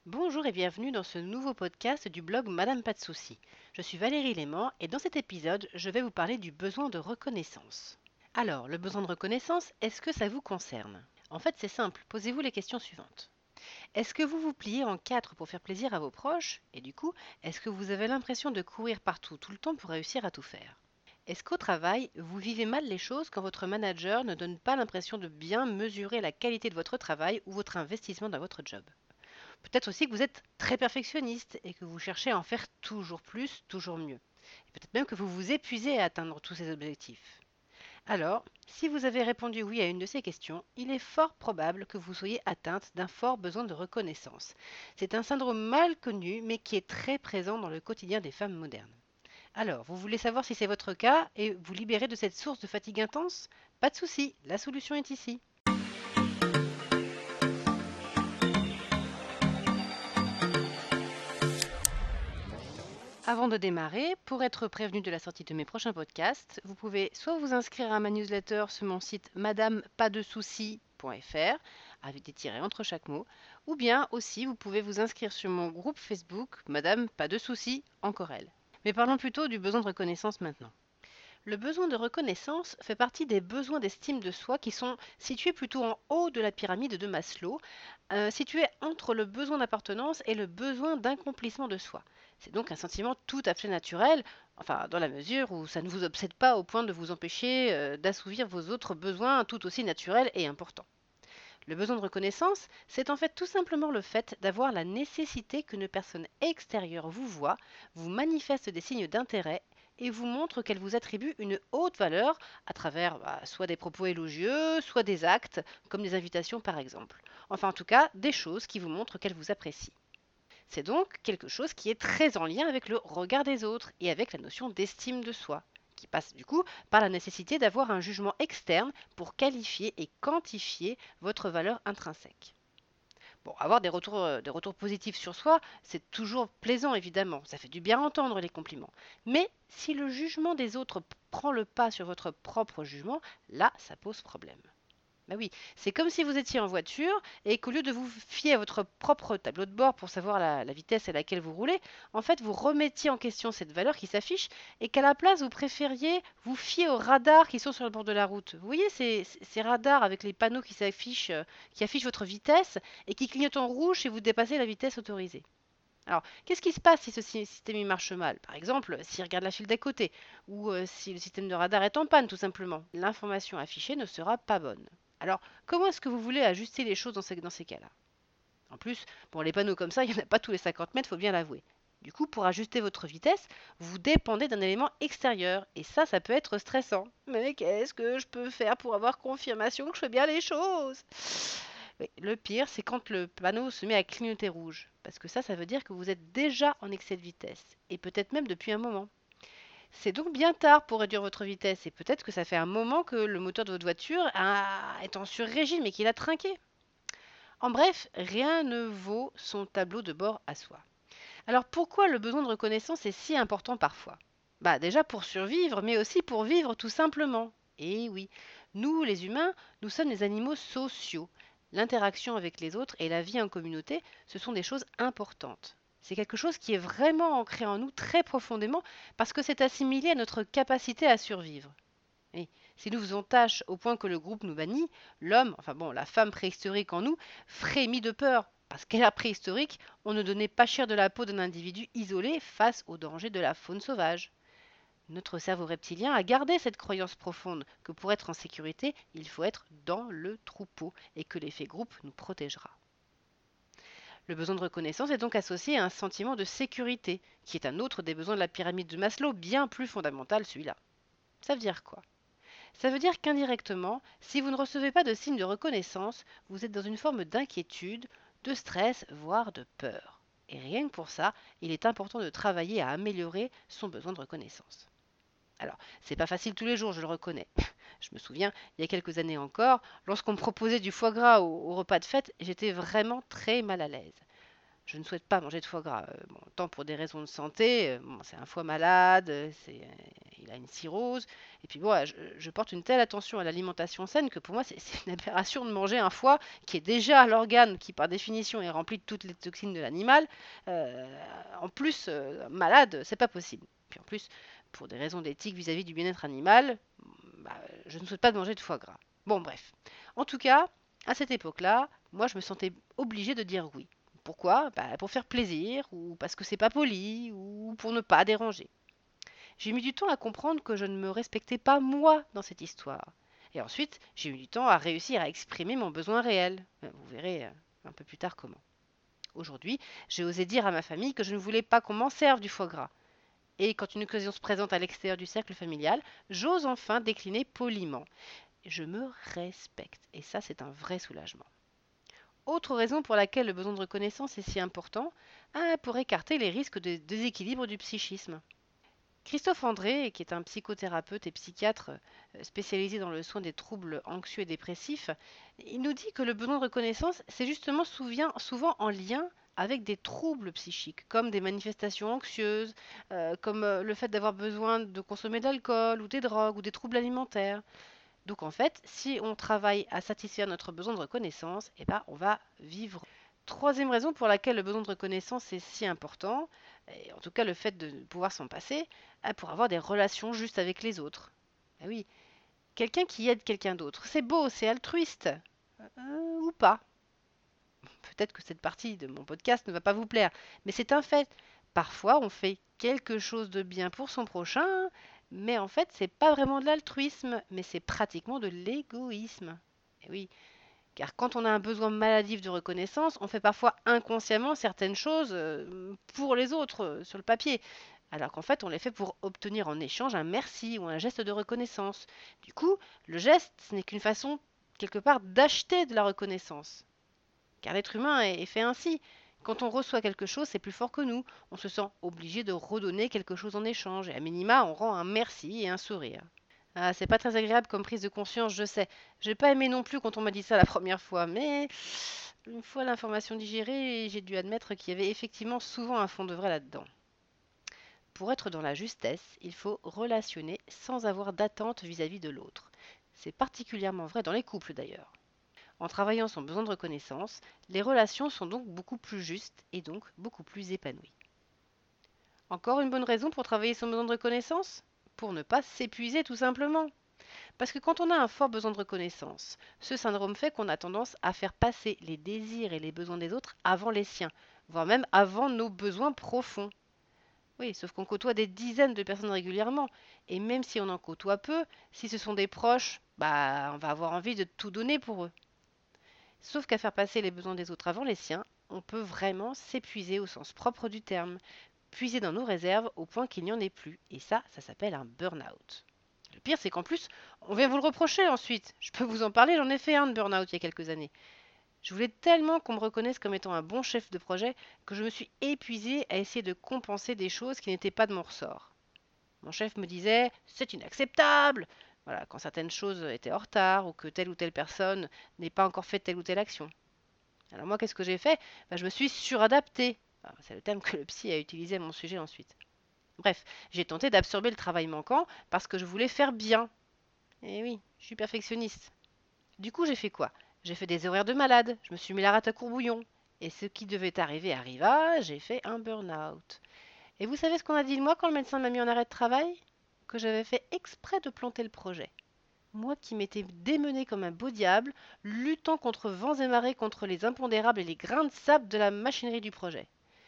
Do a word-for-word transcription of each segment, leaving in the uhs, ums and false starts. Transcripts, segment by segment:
Bonjour et bienvenue dans ce nouveau podcast du blog Madame Pas de Soucis. Je suis Valérie Léman et dans cet épisode, je vais vous parler du besoin de reconnaissance. Alors, le besoin de reconnaissance, est-ce que ça vous concerne? En fait, c'est simple, posez-vous les questions suivantes. Est-ce que vous vous pliez en quatre pour faire plaisir à vos proches? Et du coup, est-ce que vous avez l'impression de courir partout tout le temps pour réussir à tout faire? Est-ce qu'au travail, vous vivez mal les choses quand votre manager ne donne pas l'impression de bien mesurer la qualité de votre travail ou votre investissement dans votre job? Peut-être aussi que vous êtes très perfectionniste et que vous cherchez à en faire toujours plus, toujours mieux. Et peut-être même que vous vous épuisez à atteindre tous ces objectifs. Alors, si vous avez répondu oui à une de ces questions, il est fort probable que vous soyez atteinte d'un fort besoin de reconnaissance. C'est un syndrome mal connu, mais qui est très présent dans le quotidien des femmes modernes. Alors, vous voulez savoir si c'est votre cas et vous libérer de cette source de fatigue intense? Pas de souci, la solution est ici. Avant de démarrer, pour être prévenu de la sortie de mes prochains podcasts, vous pouvez soit vous inscrire à ma newsletter sur mon site madame pas de soucis point f r avec des tirets entre chaque mot, ou bien aussi vous pouvez vous inscrire sur mon groupe Facebook Madame pas de soucis encore elle. Mais parlons plutôt du besoin de reconnaissance maintenant. Le besoin de reconnaissance fait partie des besoins d'estime de soi qui sont situés plutôt en haut de la pyramide de Maslow, euh, situés entre le besoin d'appartenance et le besoin d'accomplissement de soi. C'est donc un sentiment tout à fait naturel, enfin dans la mesure où ça ne vous obsède pas au point de vous empêcher euh, d'assouvir vos autres besoins tout aussi naturels et importants. Le besoin de reconnaissance, c'est en fait tout simplement le fait d'avoir la nécessité qu'une personne extérieure vous voit, vous manifeste des signes d'intérêt et vous montre qu'elle vous attribue une haute valeur à travers bah, soit des propos élogieux, soit des actes, comme des invitations par exemple. Enfin en tout cas, des choses qui vous montrent qu'elle vous apprécie. C'est donc quelque chose qui est très en lien avec le regard des autres et avec la notion d'estime de soi, qui passe du coup par la nécessité d'avoir un jugement externe pour qualifier et quantifier votre valeur intrinsèque. Bon, avoir des retours, euh, des retours positifs sur soi, c'est toujours plaisant évidemment, ça fait du bien entendre les compliments. Mais si le jugement des autres prend le pas sur votre propre jugement, là, ça pose problème. Bah oui, c'est comme si vous étiez en voiture et qu'au lieu de vous fier à votre propre tableau de bord pour savoir la, la vitesse à laquelle vous roulez, en fait vous remettiez en question cette valeur qui s'affiche et qu'à la place vous préfériez vous fier aux radars qui sont sur le bord de la route. Vous voyez ces, ces radars avec les panneaux qui s'affichent, euh, qui affichent votre vitesse et qui clignotent en rouge si vous dépassez la vitesse autorisée. Alors, qu'est-ce qui se passe si ce système il marche mal? Par exemple, s'il regarde la file d'à côté, ou euh, si le système de radar est en panne, tout simplement. L'information affichée ne sera pas bonne. Alors, comment est-ce que vous voulez ajuster les choses dans ces, dans ces cas-là? En plus, bon, les panneaux comme ça, il n'y en a pas tous les cinquante mètres, faut bien l'avouer. Du coup, pour ajuster votre vitesse, vous dépendez d'un élément extérieur. Et ça, ça peut être stressant. Mais qu'est-ce que je peux faire pour avoir confirmation que je fais bien les choses? Oui, le pire, c'est quand le panneau se met à clignoter rouge. Parce que ça, ça veut dire que vous êtes déjà en excès de vitesse. Et peut-être même depuis un moment. C'est donc bien tard pour réduire votre vitesse. Et peut-être que ça fait un moment que le moteur de votre voiture a- est en sur-régime et qu'il a trinqué. En bref, rien ne vaut son tableau de bord à soi. Alors pourquoi le besoin de reconnaissance est si important parfois? Bah déjà pour survivre, mais aussi pour vivre tout simplement. Et oui, nous les humains, nous sommes des animaux sociaux. L'interaction avec les autres et la vie en communauté, ce sont des choses importantes. C'est quelque chose qui est vraiment ancré en nous très profondément parce que c'est assimilé à notre capacité à survivre. Et si nous faisons tâche au point que le groupe nous bannit, l'homme, enfin bon, la femme préhistorique en nous, frémit de peur. Parce qu'à la préhistorique, on ne donnait pas cher de la peau d'un individu isolé face aux dangers de la faune sauvage. Notre cerveau reptilien a gardé cette croyance profonde que pour être en sécurité, il faut être dans le troupeau et que l'effet groupe nous protégera. Le besoin de reconnaissance est donc associé à un sentiment de sécurité, qui est un autre des besoins de la pyramide de Maslow, bien plus fondamental celui-là. Ça veut dire quoi? Ça veut dire qu'indirectement, si vous ne recevez pas de signe de reconnaissance, vous êtes dans une forme d'inquiétude, de stress, voire de peur. Et rien que pour ça, il est important de travailler à améliorer son besoin de reconnaissance. Alors, c'est pas facile tous les jours, je le reconnais. Je me souviens, il y a quelques années encore, lorsqu'on me proposait du foie gras au, au repas de fête, j'étais vraiment très mal à l'aise. Je ne souhaite pas manger de foie gras. Euh, bon, tant pour des raisons de santé, euh, bon, c'est un foie malade, euh, c'est, euh, il a une cirrhose. Et puis bon, je, je porte une telle attention à l'alimentation saine que pour moi, c'est c'est une aberration de manger un foie qui est déjà l'organe qui, par définition, est rempli de toutes les toxines de l'animal. Euh, en plus, euh, malade, c'est pas possible. Puis en plus, pour des raisons d'éthique vis-à-vis du bien-être animal, bah, je ne souhaite pas de manger de foie gras. Bon, bref. En tout cas, à cette époque-là, moi, je me sentais obligée de dire oui. Pourquoi? Bah, pour faire plaisir, ou parce que c'est pas poli, ou pour ne pas déranger. J'ai mis du temps à comprendre que je ne me respectais pas moi dans cette histoire. Et ensuite, j'ai eu du temps à réussir à exprimer mon besoin réel. Euh, Vous verrez euh, un peu plus tard comment. Aujourd'hui, j'ai osé dire à ma famille que je ne voulais pas qu'on m'en serve du foie gras. Et quand une occasion se présente à l'extérieur du cercle familial, j'ose enfin décliner poliment. Je me respecte. Et ça, c'est un vrai soulagement. Autre raison pour laquelle le besoin de reconnaissance est si important, hein, pour écarter les risques de déséquilibre du psychisme. Christophe André, qui est un psychothérapeute et psychiatre euh, spécialisé dans le soin des troubles anxieux et dépressifs, il nous dit que le besoin de reconnaissance, c'est justement souvent, souvent en lien avec des troubles psychiques, comme des manifestations anxieuses, euh, comme euh, le fait d'avoir besoin de consommer de l'alcool ou des drogues ou des troubles alimentaires. Donc en fait, si on travaille à satisfaire notre besoin de reconnaissance, eh ben, on va vivre. Troisième raison pour laquelle le besoin de reconnaissance est si important, et en tout cas le fait de pouvoir s'en passer, ah, pour avoir des relations justes avec les autres. Ah oui, quelqu'un qui aide quelqu'un d'autre, c'est beau, c'est altruiste, euh, ou pas. Peut-être que cette partie de mon podcast ne va pas vous plaire, mais c'est un fait. Parfois, on fait quelque chose de bien pour son prochain, mais en fait, c'est pas vraiment de l'altruisme, mais c'est pratiquement de l'égoïsme. Et oui, car quand on a un besoin maladif de reconnaissance, on fait parfois inconsciemment certaines choses euh, pour les autres euh, sur le papier, alors qu'en fait, on les fait pour obtenir en échange un merci ou un geste de reconnaissance. Du coup, le geste, ce n'est qu'une façon, quelque part, d'acheter de la reconnaissance. Car l'être humain est fait ainsi. Quand on reçoit quelque chose, c'est plus fort que nous. On se sent obligé de redonner quelque chose en échange. Et à minima, on rend un merci et un sourire. Ah, c'est pas très agréable comme prise de conscience, je sais. J'ai pas aimé non plus quand on m'a dit ça la première fois, mais une fois l'information digérée, j'ai dû admettre qu'il y avait effectivement souvent un fond de vrai là-dedans. Pour être dans la justesse, il faut relationner sans avoir d'attente vis-à-vis de l'autre. C'est particulièrement vrai dans les couples d'ailleurs. En travaillant son besoin de reconnaissance, les relations sont donc beaucoup plus justes et donc beaucoup plus épanouies. Encore une bonne raison pour travailler son besoin de reconnaissance? Pour ne pas s'épuiser tout simplement. Parce que quand on a un fort besoin de reconnaissance, ce syndrome fait qu'on a tendance à faire passer les désirs et les besoins des autres avant les siens, voire même avant nos besoins profonds. Oui, sauf qu'on côtoie des dizaines de personnes régulièrement, et même si on en côtoie peu, si ce sont des proches, bah on va avoir envie de tout donner pour eux. Sauf qu'à faire passer les besoins des autres avant les siens, on peut vraiment s'épuiser au sens propre du terme, puiser dans nos réserves au point qu'il n'y en ait plus, et ça, ça s'appelle un burn-out. Le pire, c'est qu'en plus, on vient vous le reprocher ensuite. Je peux vous en parler, j'en ai fait un de burn-out il y a quelques années. Je voulais tellement qu'on me reconnaisse comme étant un bon chef de projet que je me suis épuisée à essayer de compenser des choses qui n'étaient pas de mon ressort. Mon chef me disait c'est inacceptable, voilà, quand certaines choses étaient en retard ou que telle ou telle personne n'ait pas encore fait telle ou telle action. Alors moi, qu'est-ce que j'ai fait? Ben, je me suis suradaptée. Ah, c'est le terme que le psy a utilisé à mon sujet ensuite. Bref, j'ai tenté d'absorber le travail manquant parce que je voulais faire bien. Et oui, je suis perfectionniste. Du coup, j'ai fait quoi? J'ai fait des horaires de malade, je me suis mis la rate à courbouillon. Et ce qui devait arriver arriva, j'ai fait un burn-out. Et vous savez ce qu'on a dit de moi quand le médecin m'a mis en arrêt de travail? Que j'avais fait exprès de planter le projet. Moi qui m'étais démenée comme un beau diable, luttant contre vents et marées, contre les impondérables et les grains de sable de la machinerie du projet.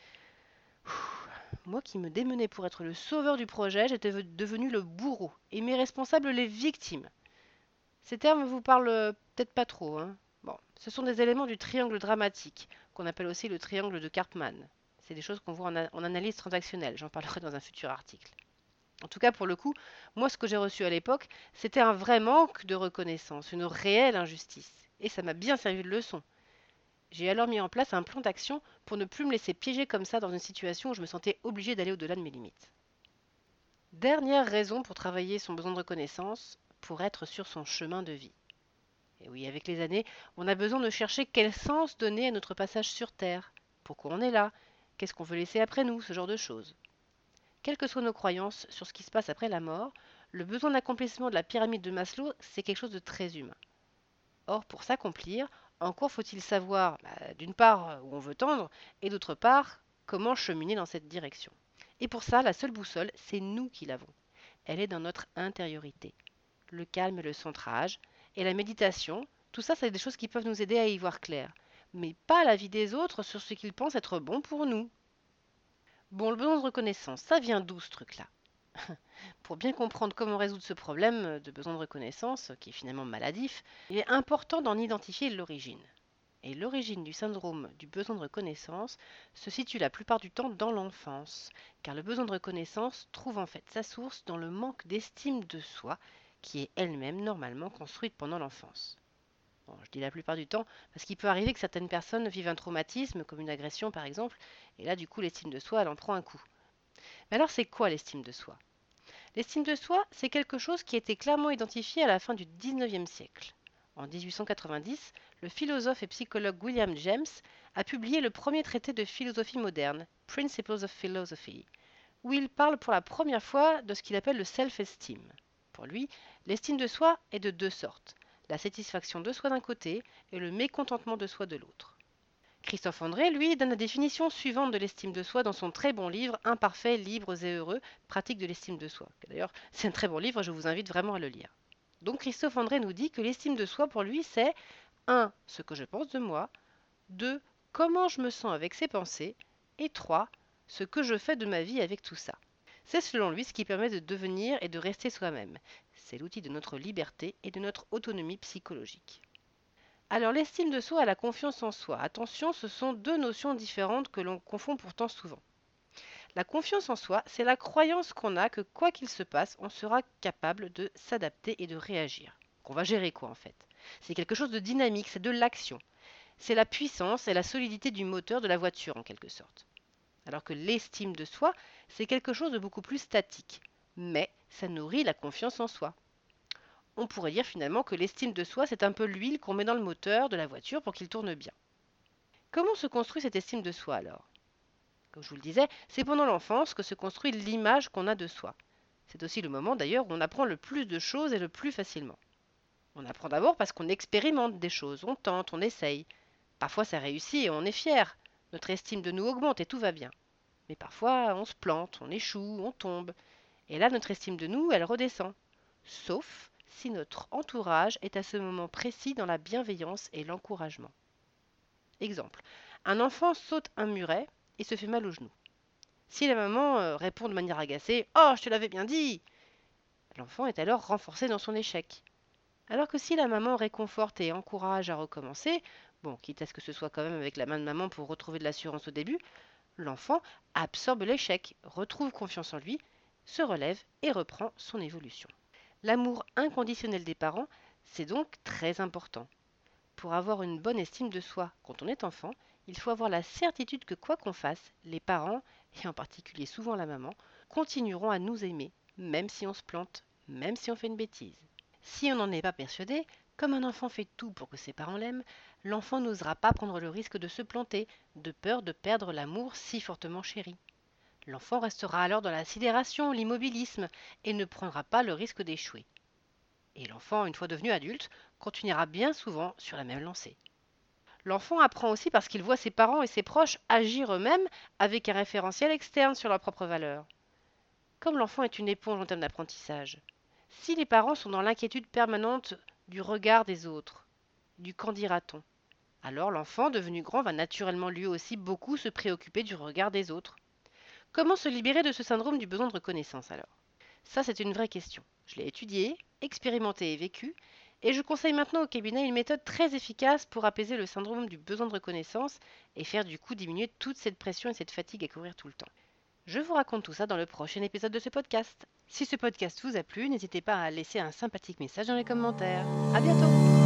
Moi qui me démenais pour être le sauveur du projet, j'étais devenu le bourreau, et mes responsables les victimes. Ces termes vous parlent peut-être pas trop, hein. Bon, ce sont des éléments du triangle dramatique, qu'on appelle aussi le triangle de Karpman. C'est des choses qu'on voit en, a- en analyse transactionnelle, j'en parlerai dans un futur article. En tout cas, pour le coup, moi, ce que j'ai reçu à l'époque, c'était un vrai manque de reconnaissance, une réelle injustice. Et ça m'a bien servi de leçon. J'ai alors mis en place un plan d'action pour ne plus me laisser piéger comme ça dans une situation où je me sentais obligée d'aller au-delà de mes limites. Dernière raison pour travailler son besoin de reconnaissance, pour être sur son chemin de vie. Et oui, avec les années, on a besoin de chercher quel sens donner à notre passage sur Terre. pourquoi on est là, qu'est-ce qu'on veut laisser après nous, ce genre de choses. Quelles que soient nos croyances sur ce qui se passe après la mort, le besoin d'accomplissement de la pyramide de Maslow, c'est quelque chose de très humain. Or, pour s'accomplir, encore faut-il savoir, bah, d'une part, où on veut tendre, et d'autre part, comment cheminer dans cette direction. Et pour ça, la seule boussole, c'est nous qui l'avons. Elle est dans notre intériorité. Le calme et le centrage, et la méditation, tout ça, c'est des choses qui peuvent nous aider à y voir clair. Mais pas l'avis des autres sur ce qu'ils pensent être bon pour nous. Bon, le besoin de reconnaissance, ça vient d'où ce truc-là? Pour bien comprendre comment résoudre ce problème de besoin de reconnaissance, qui est finalement maladif, il est important d'en identifier l'origine. Et l'origine du syndrome du besoin de reconnaissance se situe la plupart du temps dans l'enfance, car le besoin de reconnaissance trouve en fait sa source dans le manque d'estime de soi, qui est elle-même normalement construite pendant l'enfance. Bon, je dis la plupart du temps, parce qu'il peut arriver que certaines personnes vivent un traumatisme, comme une agression par exemple, et là du coup l'estime de soi, elle en prend un coup. Mais alors c'est quoi l'estime de soi? L'estime de soi, c'est quelque chose qui a été clairement identifié à la fin du dix-neuvième siècle. En dix-huit cent quatre-vingt-dix, le philosophe et psychologue William James a publié le premier traité de philosophie moderne, Principles of Philosophy, où il parle pour la première fois de ce qu'il appelle le self-esteem. Pour lui, l'estime de soi est de deux sortes, la satisfaction de soi d'un côté et le mécontentement de soi de l'autre. Christophe André, lui, donne la définition suivante de l'estime de soi dans son très bon livre Imparfaits, libres et heureux, pratique de l'estime de soi. D'ailleurs, c'est un très bon livre, je vous invite vraiment à le lire. Donc Christophe André nous dit que l'estime de soi pour lui, c'est un ce que je pense de moi, deux comment je me sens avec ces pensées, et trois ce que je fais de ma vie avec tout ça. C'est selon lui ce qui permet de devenir et de rester soi-même. C'est l'outil de notre liberté et de notre autonomie psychologique. Alors l'estime de soi et la confiance en soi, attention, ce sont deux notions différentes que l'on confond pourtant souvent. La confiance en soi, c'est la croyance qu'on a que quoi qu'il se passe, on sera capable de s'adapter et de réagir. Qu'on va gérer quoi en fait. C'est quelque chose de dynamique, c'est de l'action. C'est la puissance et la solidité du moteur de la voiture en quelque sorte. Alors que l'estime de soi, c'est quelque chose de beaucoup plus statique. Mais ça nourrit la confiance en soi. On pourrait dire finalement que l'estime de soi, c'est un peu l'huile qu'on met dans le moteur de la voiture pour qu'il tourne bien. Comment se construit cette estime de soi alors? Comme je vous le disais, c'est pendant l'enfance que se construit l'image qu'on a de soi. C'est aussi le moment d'ailleurs où on apprend le plus de choses et le plus facilement. On apprend d'abord parce qu'on expérimente des choses, on tente, on essaye. Parfois ça réussit et on est fier. Notre estime de nous augmente et tout va bien. Mais parfois on se plante, on échoue, on tombe. Et là notre estime de nous, elle redescend. Sauf si notre entourage est à ce moment précis dans la bienveillance et l'encouragement. Exemple, un enfant saute un muret et se fait mal au genou. Si la maman euh, répond de manière agacée « Oh, je te l'avais bien dit !» l'enfant est alors renforcé dans son échec. Alors que si la maman réconforte et encourage à recommencer, bon, quitte à ce que ce soit quand même avec la main de maman pour retrouver de l'assurance au début, l'enfant absorbe l'échec, retrouve confiance en lui, se relève et reprend son évolution. L'amour inconditionnel des parents, c'est donc très important. Pour avoir une bonne estime de soi quand on est enfant, il faut avoir la certitude que quoi qu'on fasse, les parents, et en particulier souvent la maman, continueront à nous aimer, même si on se plante, même si on fait une bêtise. Si on n'en est pas persuadé, comme un enfant fait tout pour que ses parents l'aiment, l'enfant n'osera pas prendre le risque de se planter, de peur de perdre l'amour si fortement chéri. L'enfant restera alors dans la sidération, l'immobilisme, et ne prendra pas le risque d'échouer. Et l'enfant, une fois devenu adulte, continuera bien souvent sur la même lancée. L'enfant apprend aussi parce qu'il voit ses parents et ses proches agir eux-mêmes avec un référentiel externe sur leurs propres valeurs. Comme l'enfant est une éponge en termes d'apprentissage, si les parents sont dans l'inquiétude permanente du regard des autres, du qu'en dira-t-on, alors l'enfant devenu grand va naturellement lui aussi beaucoup se préoccuper du regard des autres. Comment se libérer de ce syndrome du besoin de reconnaissance alors? Ça, c'est une vraie question. Je l'ai étudié, expérimenté et vécu, et je conseille maintenant au cabinet une méthode très efficace pour apaiser le syndrome du besoin de reconnaissance et faire du coup diminuer toute cette pression et cette fatigue à courir tout le temps. Je vous raconte tout ça dans le prochain épisode de ce podcast. Si ce podcast vous a plu, n'hésitez pas à laisser un sympathique message dans les commentaires. À bientôt!